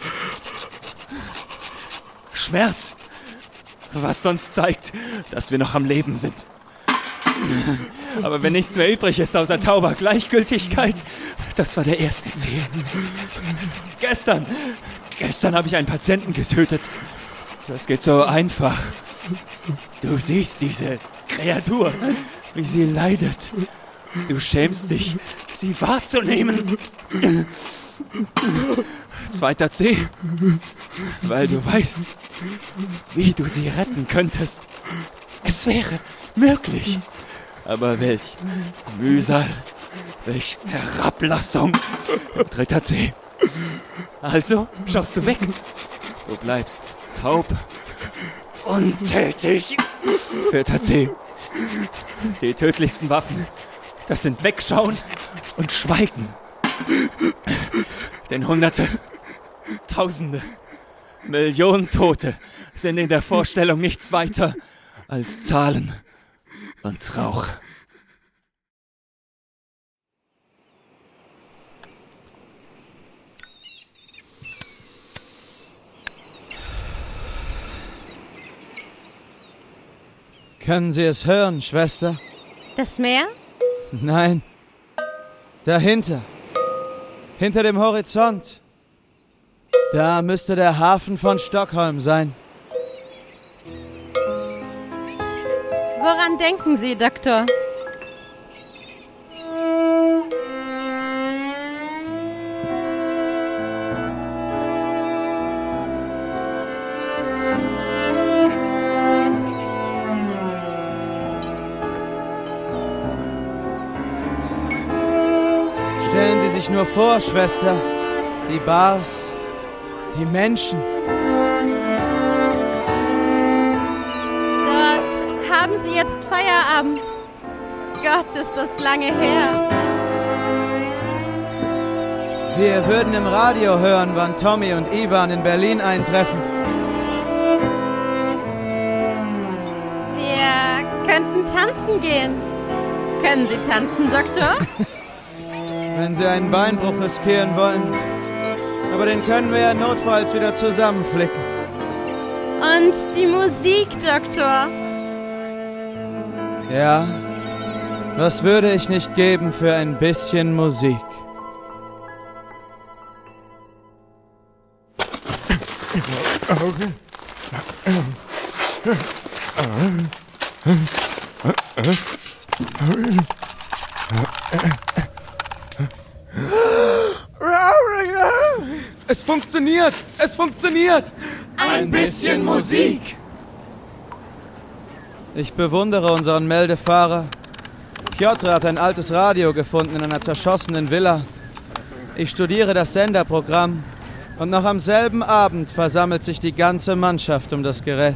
Schmerz. Was sonst zeigt, dass wir noch am Leben sind. Aber wenn nichts mehr übrig ist außer tauber Gleichgültigkeit, das war der erste Zeh. Gestern, gestern habe ich einen Patienten getötet. Das geht so einfach. Du siehst diese Kreatur, wie sie leidet. Du schämst dich, sie wahrzunehmen. Zweiter Zeh, weil du weißt, wie du sie retten könntest. Es wäre möglich. Aber welch Mühsal, welch Herablassung. Dritter Zeh. Also schaust du weg. Du bleibst taub, untätig. Vierter Zeh. Die tödlichsten Waffen, das sind Wegschauen und Schweigen. Denn Hunderte, Tausende, Millionen Tote sind in der Vorstellung nichts weiter als Zahlen und Rauch. Können Sie es hören, Schwester? Das Meer? Nein. Dahinter. Hinter dem Horizont. Da müsste der Hafen von Stockholm sein. Woran denken Sie, Doktor? Stellen Sie sich nur vor, Schwester, die Bars, die Menschen. Dort haben Sie jetzt Feierabend. Gott, ist das lange her. Wir würden im Radio hören, wann Tommy und Ivan in Berlin eintreffen. Wir könnten tanzen gehen. Können Sie tanzen, Doktor? Wenn Sie einen Beinbruch riskieren wollen. Aber den können wir ja notfalls wieder zusammenflicken. Und die Musik, Doktor? Ja, was würde ich nicht geben für ein bisschen Musik? Es funktioniert! Es funktioniert! Ein bisschen Musik! Ich bewundere unseren Meldefahrer. Piotr hat ein altes Radio gefunden in einer zerschossenen Villa. Ich studiere das Senderprogramm und noch am selben Abend versammelt sich die ganze Mannschaft um das Gerät.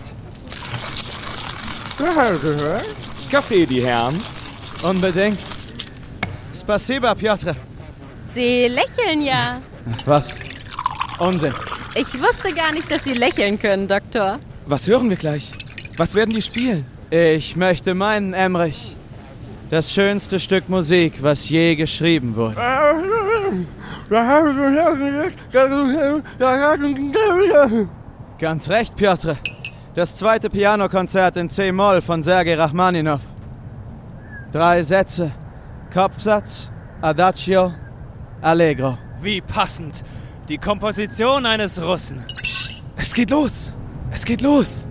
Kaffee, die Herren. Unbedingt. Spasiba, Piotr. Sie lächeln ja. Ach, was? Unsinn. Ich wusste gar nicht, dass Sie lächeln können, Doktor. Was hören wir gleich? Was werden die spielen? Ich möchte meinen, Emmerich. Das schönste Stück Musik, was je geschrieben wurde. Ganz recht, Piotr. Das zweite Pianokonzert in C-Moll von Sergei Rachmaninow. Drei Sätze. Kopfsatz, Adagio, Allegro. Wie passend. Die Komposition eines Russen. Psst, es geht los. Es geht los.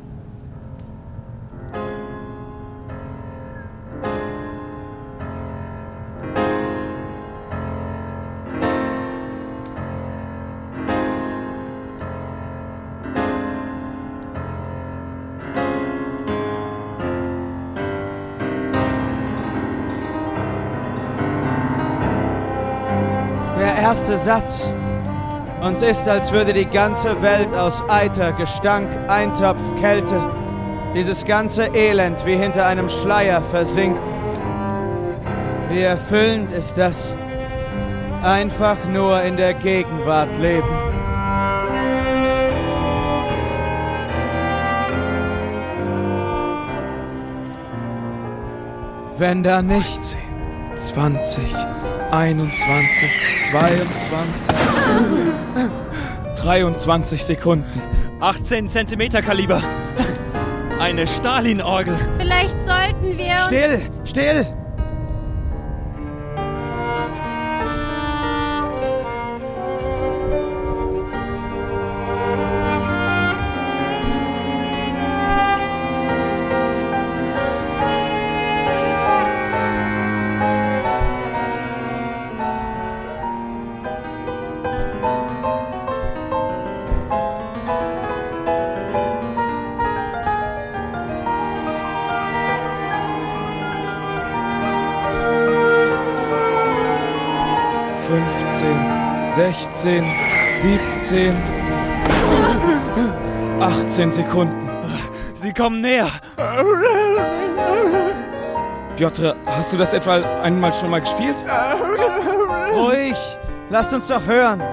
Der erste Satz. Uns ist, als würde die ganze Welt aus Eiter, Gestank, Eintopf, Kälte, dieses ganze Elend wie hinter einem Schleier versinken. Wie erfüllend ist das. Einfach nur in der Gegenwart leben. Wenn da nichts. zwanzig, einundzwanzig, zweiundzwanzig, dreiundzwanzig Sekunden. achtzehn Zentimeter Kaliber. Eine Stalin-Orgel. Vielleicht sollten wir... uns- Still, still! fünfzehn, sechzehn, siebzehn, achtzehn Sekunden. Sie kommen näher. Piotr, hast du das etwa einmal schon mal gespielt? Ruhig! Lasst uns doch hören!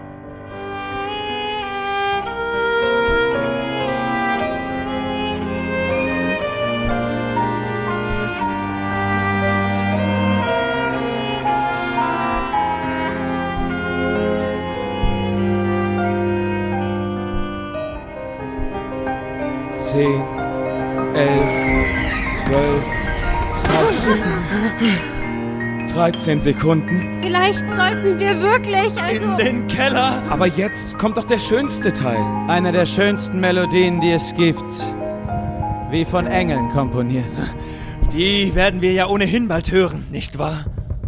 zehn, elf, zwölf, dreizehn. dreizehn Sekunden. Vielleicht sollten wir wirklich, also... In den Keller! Aber jetzt kommt doch der schönste Teil. Eine der schönsten Melodien, die es gibt. Wie von Engeln komponiert. Die werden wir ja ohnehin bald hören, nicht wahr?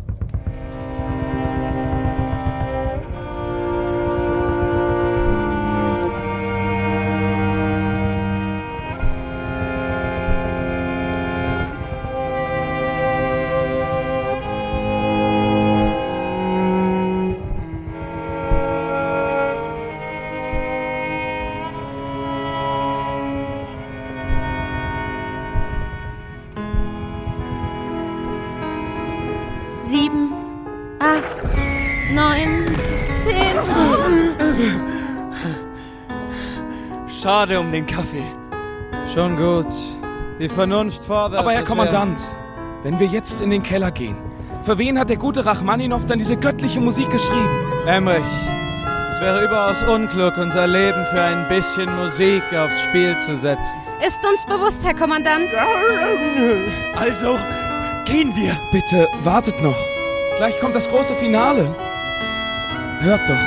Sieben, acht, neun, zehn. Schade um den Kaffee. Schon gut. Die Vernunft fordert... Aber Herr dass wir- Kommandant, wenn wir jetzt in den Keller gehen, für wen hat der gute Rachmaninow dann diese göttliche Musik geschrieben? Emmerich, es wäre überaus unklug, unser Leben für ein bisschen Musik aufs Spiel zu setzen. Ist uns bewusst, Herr Kommandant. Also, gehen wir. Bitte, wartet noch. Gleich kommt das große Finale. Hört doch.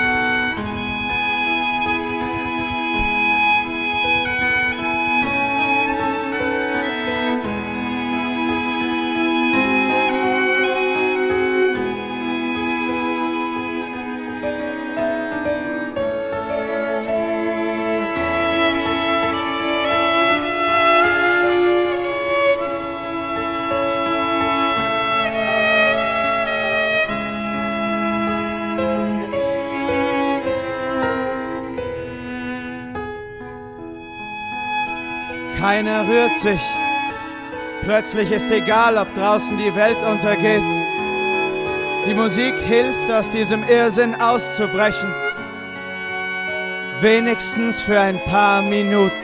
Keiner rührt sich. Plötzlich ist egal, ob draußen die Welt untergeht. Die Musik hilft, aus diesem Irrsinn auszubrechen. Wenigstens für ein paar Minuten.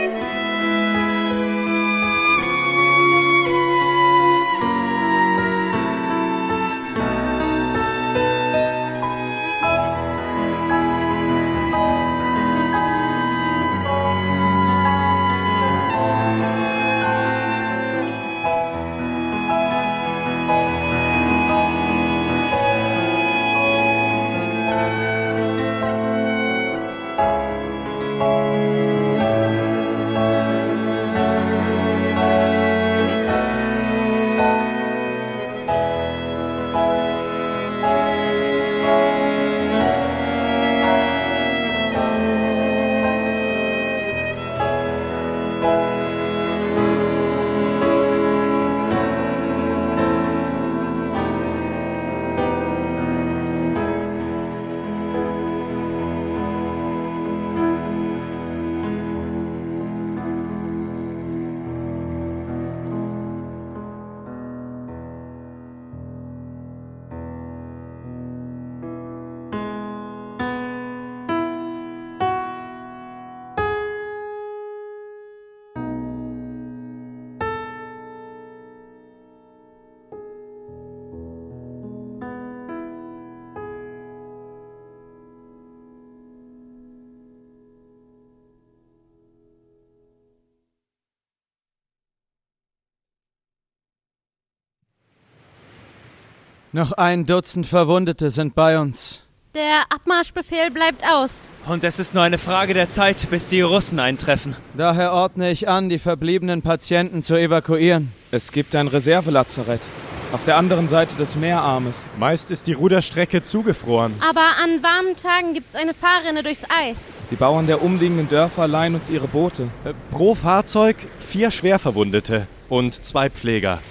Noch ein Dutzend Verwundete sind bei uns. Der Abmarschbefehl bleibt aus. Und es ist nur eine Frage der Zeit, bis die Russen eintreffen. Daher ordne ich an, die verbliebenen Patienten zu evakuieren. Es gibt ein Reservelazarett auf der anderen Seite des Meerarmes. Meist ist die Ruderstrecke zugefroren. Aber an warmen Tagen gibt's eine Fahrrinne durchs Eis. Die Bauern der umliegenden Dörfer leihen uns ihre Boote. Äh, pro Fahrzeug vier Schwerverwundete und zwei Pfleger.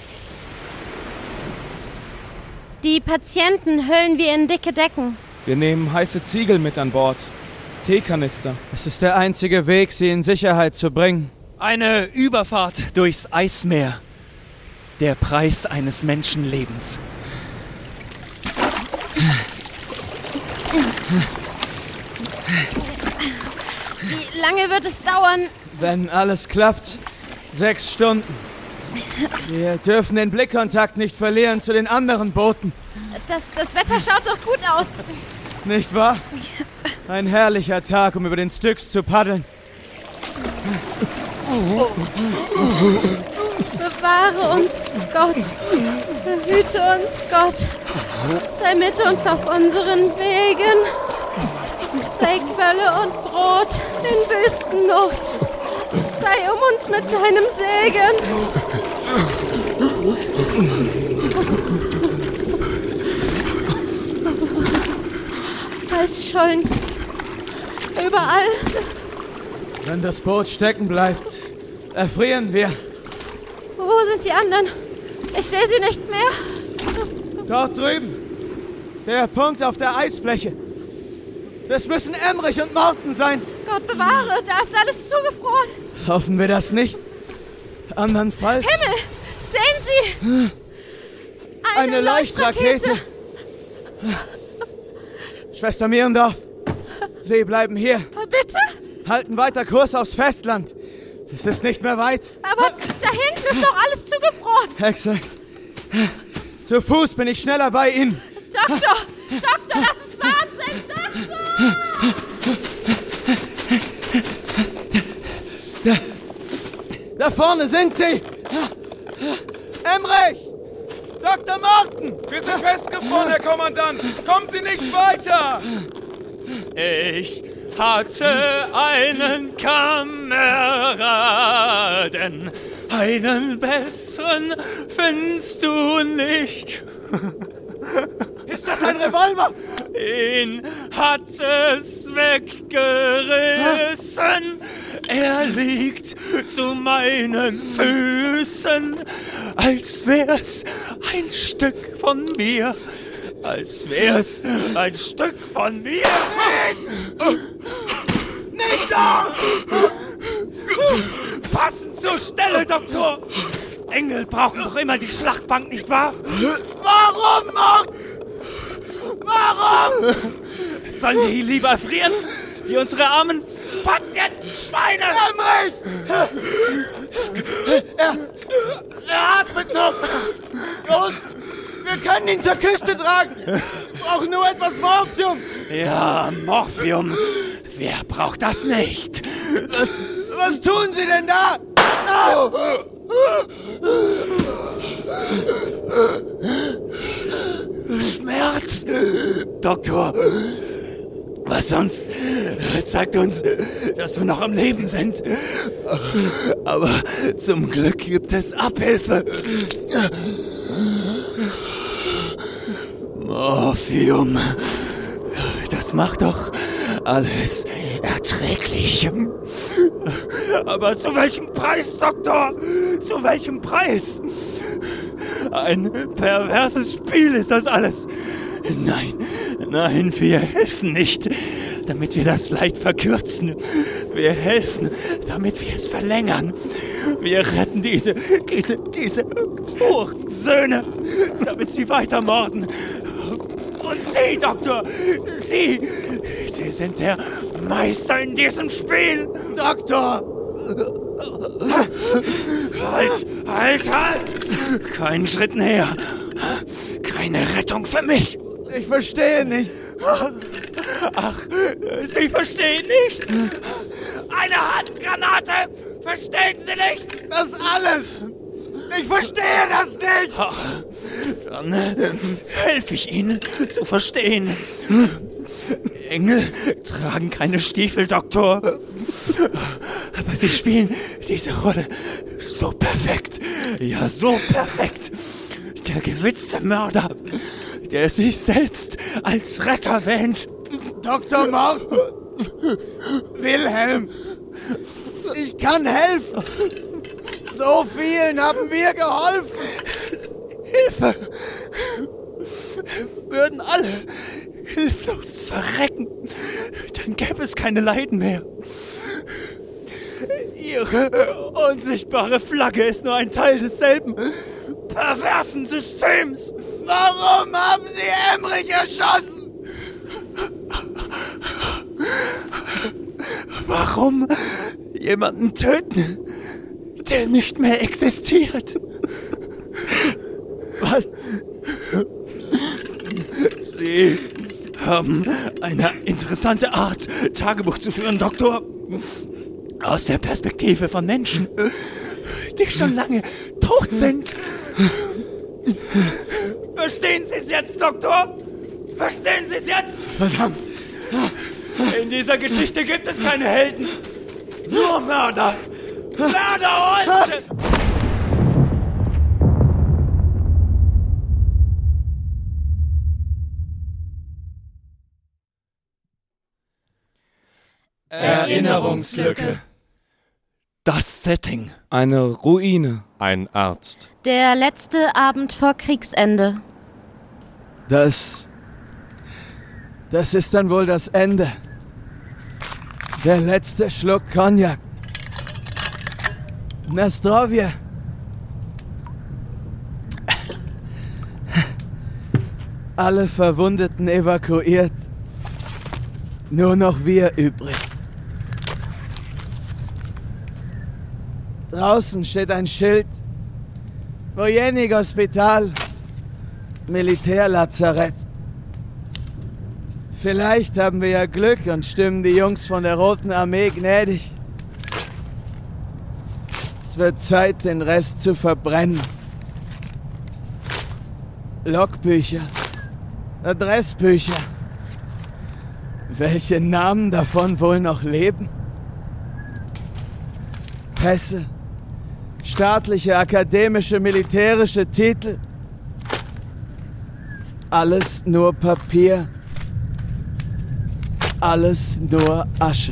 Die Patienten hüllen wir in dicke Decken. Wir nehmen heiße Ziegel mit an Bord. Teekanister. Es ist der einzige Weg, sie in Sicherheit zu bringen. Eine Überfahrt durchs Eismeer. Der Preis eines Menschenlebens. Wie lange wird es dauern? Wenn alles klappt, sechs Stunden. Wir dürfen den Blickkontakt nicht verlieren zu den anderen Booten. Das, das Wetter schaut doch gut aus. Nicht wahr? Ein herrlicher Tag, um über den Styx zu paddeln. bewahre uns, Gott. Behüte uns, Gott. Sei mit uns auf unseren Wegen. Sei Quelle und Brot in Wüstenluft. Sei um uns mit deinem Segen. Eisschollen. Überall. Wenn das Boot stecken bleibt, erfrieren wir. Wo sind die anderen? Ich sehe sie nicht mehr. Dort drüben. Der Punkt auf der Eisfläche. Das müssen Emmerich und Morten sein. Gott bewahre, da ist alles zugefroren. Hoffen wir das nicht. Andernfalls... Himmel, sehen Sie! Eine, Eine Leuchtrakete. Schwester Mierendorf, Sie bleiben hier. Bitte? Halten weiter Kurs aufs Festland. Es ist nicht mehr weit. Aber da hinten ist doch alles zugefroren. Exakt. Zu Fuß bin ich schneller bei Ihnen. Doktor, Doktor, das ist Wahnsinn, Doktor! Da, da vorne sind Sie! Emmerich! Doktor Morten! Wir sind festgefroren, Herr Kommandant! Kommen Sie nicht weiter! Ich hatte einen Kameraden, einen besseren findest du nicht. Ist das ein Revolver? Ihn hat es weggerissen. Er liegt zu meinen Füßen, als wär's ein Stück von mir. Als wär's ein Stück von mir. Nicht! Nicht da! Passend zur Stelle, Doktor! Engel brauchen doch immer die Schlachtbank, nicht wahr? Warum, Mord? Warum? Sollen wir hier lieber erfrieren, wie unsere armen Patientenschweine? Emmerich! Er, er atmet noch. Los, wir können ihn zur Küste tragen. Brauchen nur etwas Morphium. Ja, Morphium. Wer braucht das nicht? Was, was tun Sie denn da? Au! Schmerz, Doktor. Was sonst zeigt uns, dass wir noch am Leben sind. Aber zum Glück gibt es Abhilfe. Morphium. Das macht doch alles erträglich. Aber zu welchem Preis, Doktor? Zu welchem Preis? Ein perverses Spiel ist das alles. Nein, nein, wir helfen nicht, damit wir das Leid verkürzen. Wir helfen, damit wir es verlängern. Wir retten diese, diese, diese Hurensöhne, damit sie weitermorden. Und Sie, Doktor, Sie, Sie sind der Meister in diesem Spiel. Doktor! Halt, halt, halt! Keinen Schritt näher. Keine Rettung für mich. Ich verstehe nicht. Ach, Sie verstehen nicht? Eine Handgranate! Verstehen Sie nicht? Das alles! Ich verstehe das nicht! Ach, dann äh, helfe ich Ihnen zu verstehen. Engel tragen keine Stiefel, Doktor. Aber sie spielen diese Rolle so perfekt. Ja, so perfekt. Der gewitzte Mörder, der sich selbst als Retter wähnt. Doktor Morten! Wilhelm! Ich kann helfen! So vielen haben wir geholfen! Hilfe! Würden alle hilflos verrecken, dann gäbe es keine Leiden mehr. Ihre unsichtbare Flagge ist nur ein Teil desselben perversen Systems. Warum haben Sie Emmerich erschossen? Warum jemanden töten, der nicht mehr existiert? Was? Sie haben eine interessante Art, Tagebuch zu führen, Doktor. Aus der Perspektive von Menschen, die schon lange tot sind. Verstehen Sie es jetzt, Doktor? Verstehen Sie es jetzt? Verdammt. In dieser Geschichte gibt es keine Helden. Nur Mörder. Mörder und... Erinnerungslücke. Das Setting. Eine Ruine. Ein Arzt. Der letzte Abend vor Kriegsende. Das... Das ist dann wohl das Ende. Der letzte Schluck Cognac. Na zdrowie. Alle Verwundeten evakuiert. Nur noch wir übrig. Draußen steht ein Schild. Wojenig Hospital. Militärlazarett. Vielleicht haben wir ja Glück und stimmen die Jungs von der Roten Armee gnädig. Es wird Zeit, den Rest zu verbrennen. Logbücher. Adressbücher. Welche Namen davon wohl noch leben? Pässe. Staatliche, akademische, militärische Titel. Alles nur Papier. Alles nur Asche.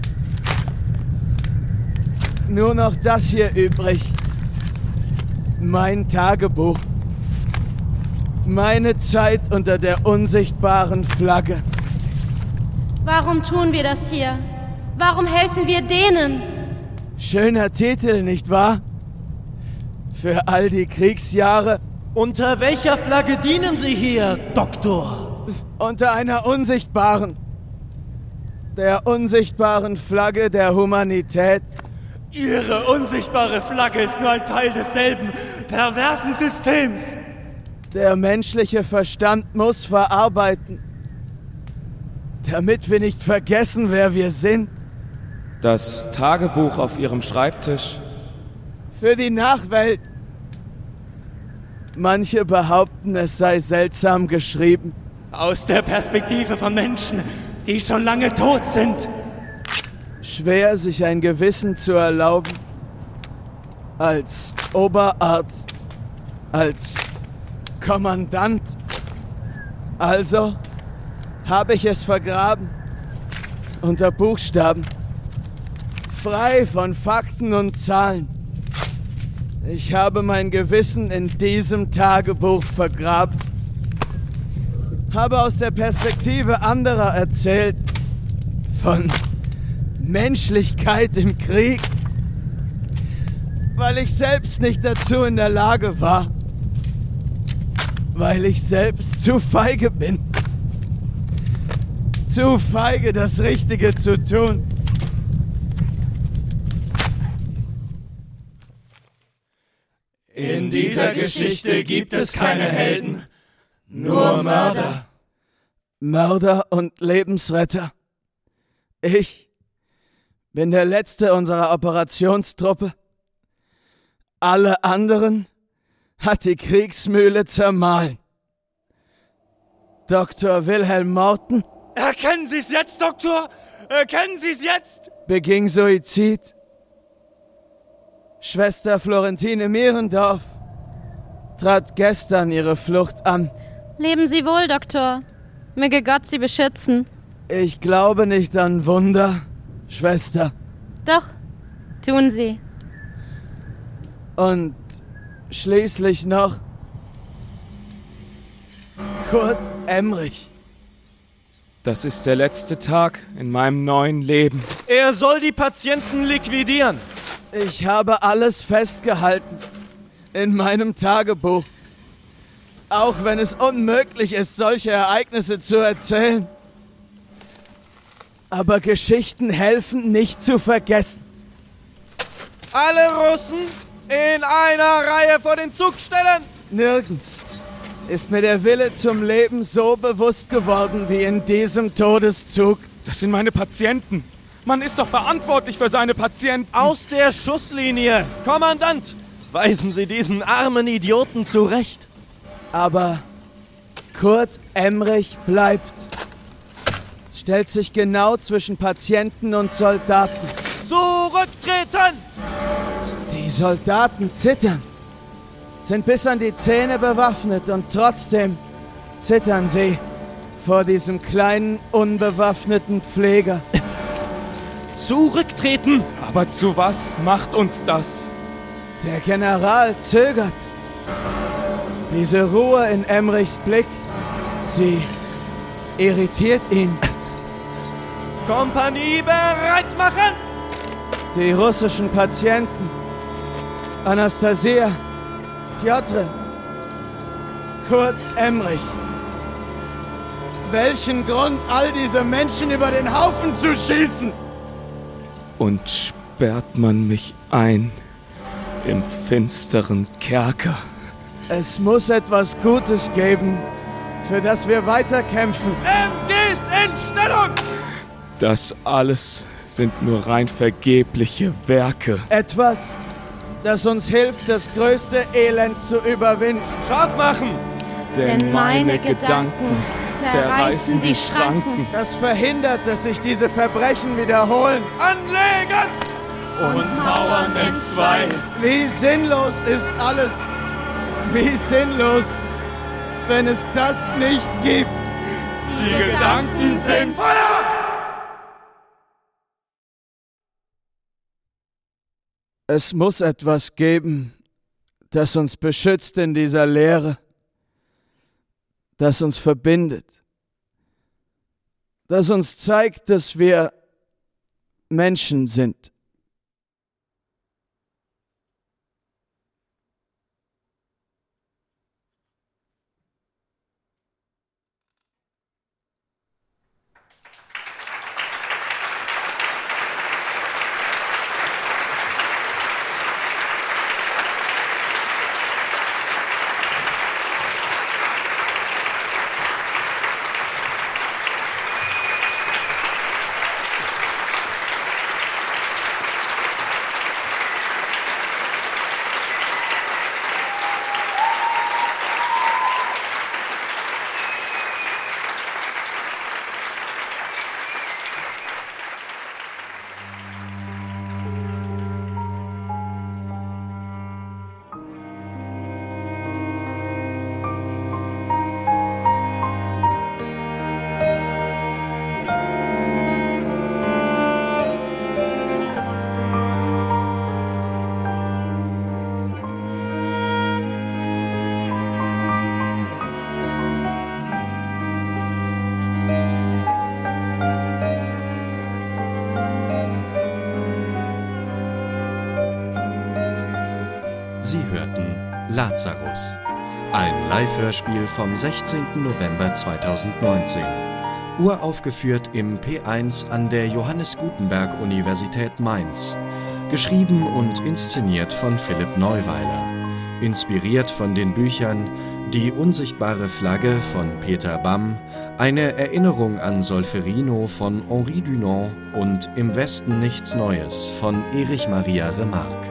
Nur noch das hier übrig. Mein Tagebuch. Meine Zeit unter der unsichtbaren Flagge. Warum tun wir das hier? Warum helfen wir denen? Schöner Titel, nicht wahr? Für all die Kriegsjahre. Unter welcher Flagge dienen Sie hier, Doktor? Unter einer unsichtbaren. Der unsichtbaren Flagge der Humanität. Ihre unsichtbare Flagge ist nur ein Teil desselben perversen Systems. Der menschliche Verstand muss verarbeiten, damit wir nicht vergessen, wer wir sind. Das Tagebuch auf ihrem Schreibtisch. Für die Nachwelt. Manche behaupten, es sei seltsam geschrieben. Aus der Perspektive von Menschen, die schon lange tot sind. Schwer, sich ein Gewissen zu erlauben. Als Oberarzt. Als Kommandant. Also habe ich es vergraben. Unter Buchstaben. Frei von Fakten und Zahlen. Ich habe mein Gewissen in diesem Tagebuch vergraben. Habe aus der Perspektive anderer erzählt. Von Menschlichkeit im Krieg. Weil ich selbst nicht dazu in der Lage war. Weil ich selbst zu feige bin. Zu feige, das Richtige zu tun. In dieser Geschichte gibt es keine Helden, nur Mörder. Mörder und Lebensretter. Ich bin der Letzte unserer Operationstruppe. Alle anderen hat die Kriegsmühle zermahlen. Doktor Wilhelm Morten. Erkennen Sie es jetzt, Doktor? Erkennen Sie es jetzt? Beging Suizid. Schwester Florentine Mierendorf trat gestern ihre Flucht an. Leben Sie wohl, Doktor. Möge Gott Sie beschützen. Ich glaube nicht an Wunder, Schwester. Doch, tun Sie. Und schließlich noch Kurt Emmerich. Das ist der letzte Tag in meinem neuen Leben. Er soll die Patienten liquidieren. Ich habe alles festgehalten in meinem Tagebuch. Auch wenn es unmöglich ist, solche Ereignisse zu erzählen. Aber Geschichten helfen, nicht zu vergessen. Alle Russen in einer Reihe vor den Zug stellen. Nirgends ist mir der Wille zum Leben so bewusst geworden wie in diesem Todeszug. Das sind meine Patienten. Man ist doch verantwortlich für seine Patienten. Aus der Schusslinie. Kommandant, Weisen Sie diesen armen Idioten zurecht. Aber Kurt Emmerich bleibt. Stellt sich genau zwischen Patienten und Soldaten. Zurücktreten! Die Soldaten zittern, sind bis an die Zähne bewaffnet und trotzdem zittern sie vor diesem kleinen, unbewaffneten Pfleger. Zurücktreten! Aber zu was macht uns das? Der General zögert. Diese Ruhe in Emmerichs Blick, sie irritiert ihn. Kompanie bereit machen! Die russischen Patienten, Anastasia, Piotr, Kurt Emmerich. Welchen Grund, all diese Menschen über den Haufen zu schießen? Und sperrt man mich ein im finsteren Kerker. Es muss etwas Gutes geben, für das wir weiterkämpfen. M Gs in Stellung! Das alles sind nur rein vergebliche Werke. Etwas, das uns hilft, das größte Elend zu überwinden. Scharf machen! Denn meine Gedanken zerreißen die Schranken. Das verhindert, dass sich diese Verbrechen wiederholen. Anlegen! Und Mauern entzwei. Wie sinnlos ist alles. Wie sinnlos, wenn es das nicht gibt. Die Gedanken sind Feuer! Es muss etwas geben, das uns beschützt in dieser Leere, das uns verbindet, das uns zeigt, dass wir Menschen sind. Sie hörten Lazarus, ein Live-Hörspiel vom sechzehnten November zweitausendneunzehn. Uraufgeführt im P eins an der Johannes Gutenberg Universität Mainz. Geschrieben und inszeniert von Philipp Neuweiler. Inspiriert von den Büchern Die unsichtbare Flagge von Peter Bamm, Eine Erinnerung an Solferino von Henri Dunant und Im Westen nichts Neues von Erich Maria Remarque.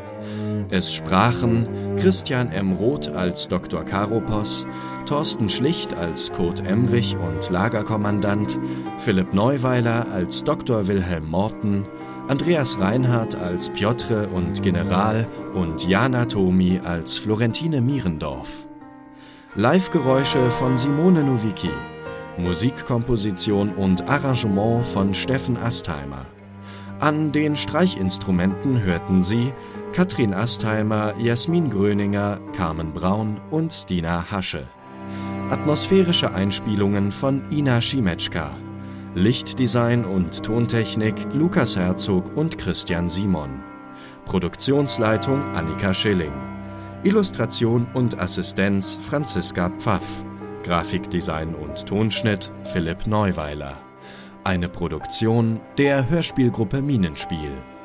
Es sprachen Christian M. Roth als Doktor Karopos, Thorsten Schlicht als Kurt Emmerich und Lagerkommandant, Philipp Neuweiler als Doktor Wilhelm Morten, Andreas Reinhardt als Piotr und General und Jana Tomi als Florentine Mierendorf. Live-Geräusche von Simone Nowicki, Musikkomposition und Arrangement von Steffen Astheimer. An den Streichinstrumenten hörten Sie Katrin Astheimer, Jasmin Gröninger, Carmen Braun und Stina Hasche. Atmosphärische Einspielungen von Ina Schimetschka. Lichtdesign und Tontechnik Lukas Herzog und Christian Simon. Produktionsleitung Annika Schilling. Illustration und Assistenz Franziska Pfaff. Grafikdesign und Tonschnitt Philipp Neuweiler. Eine Produktion der Hörspielgruppe Minenspiel.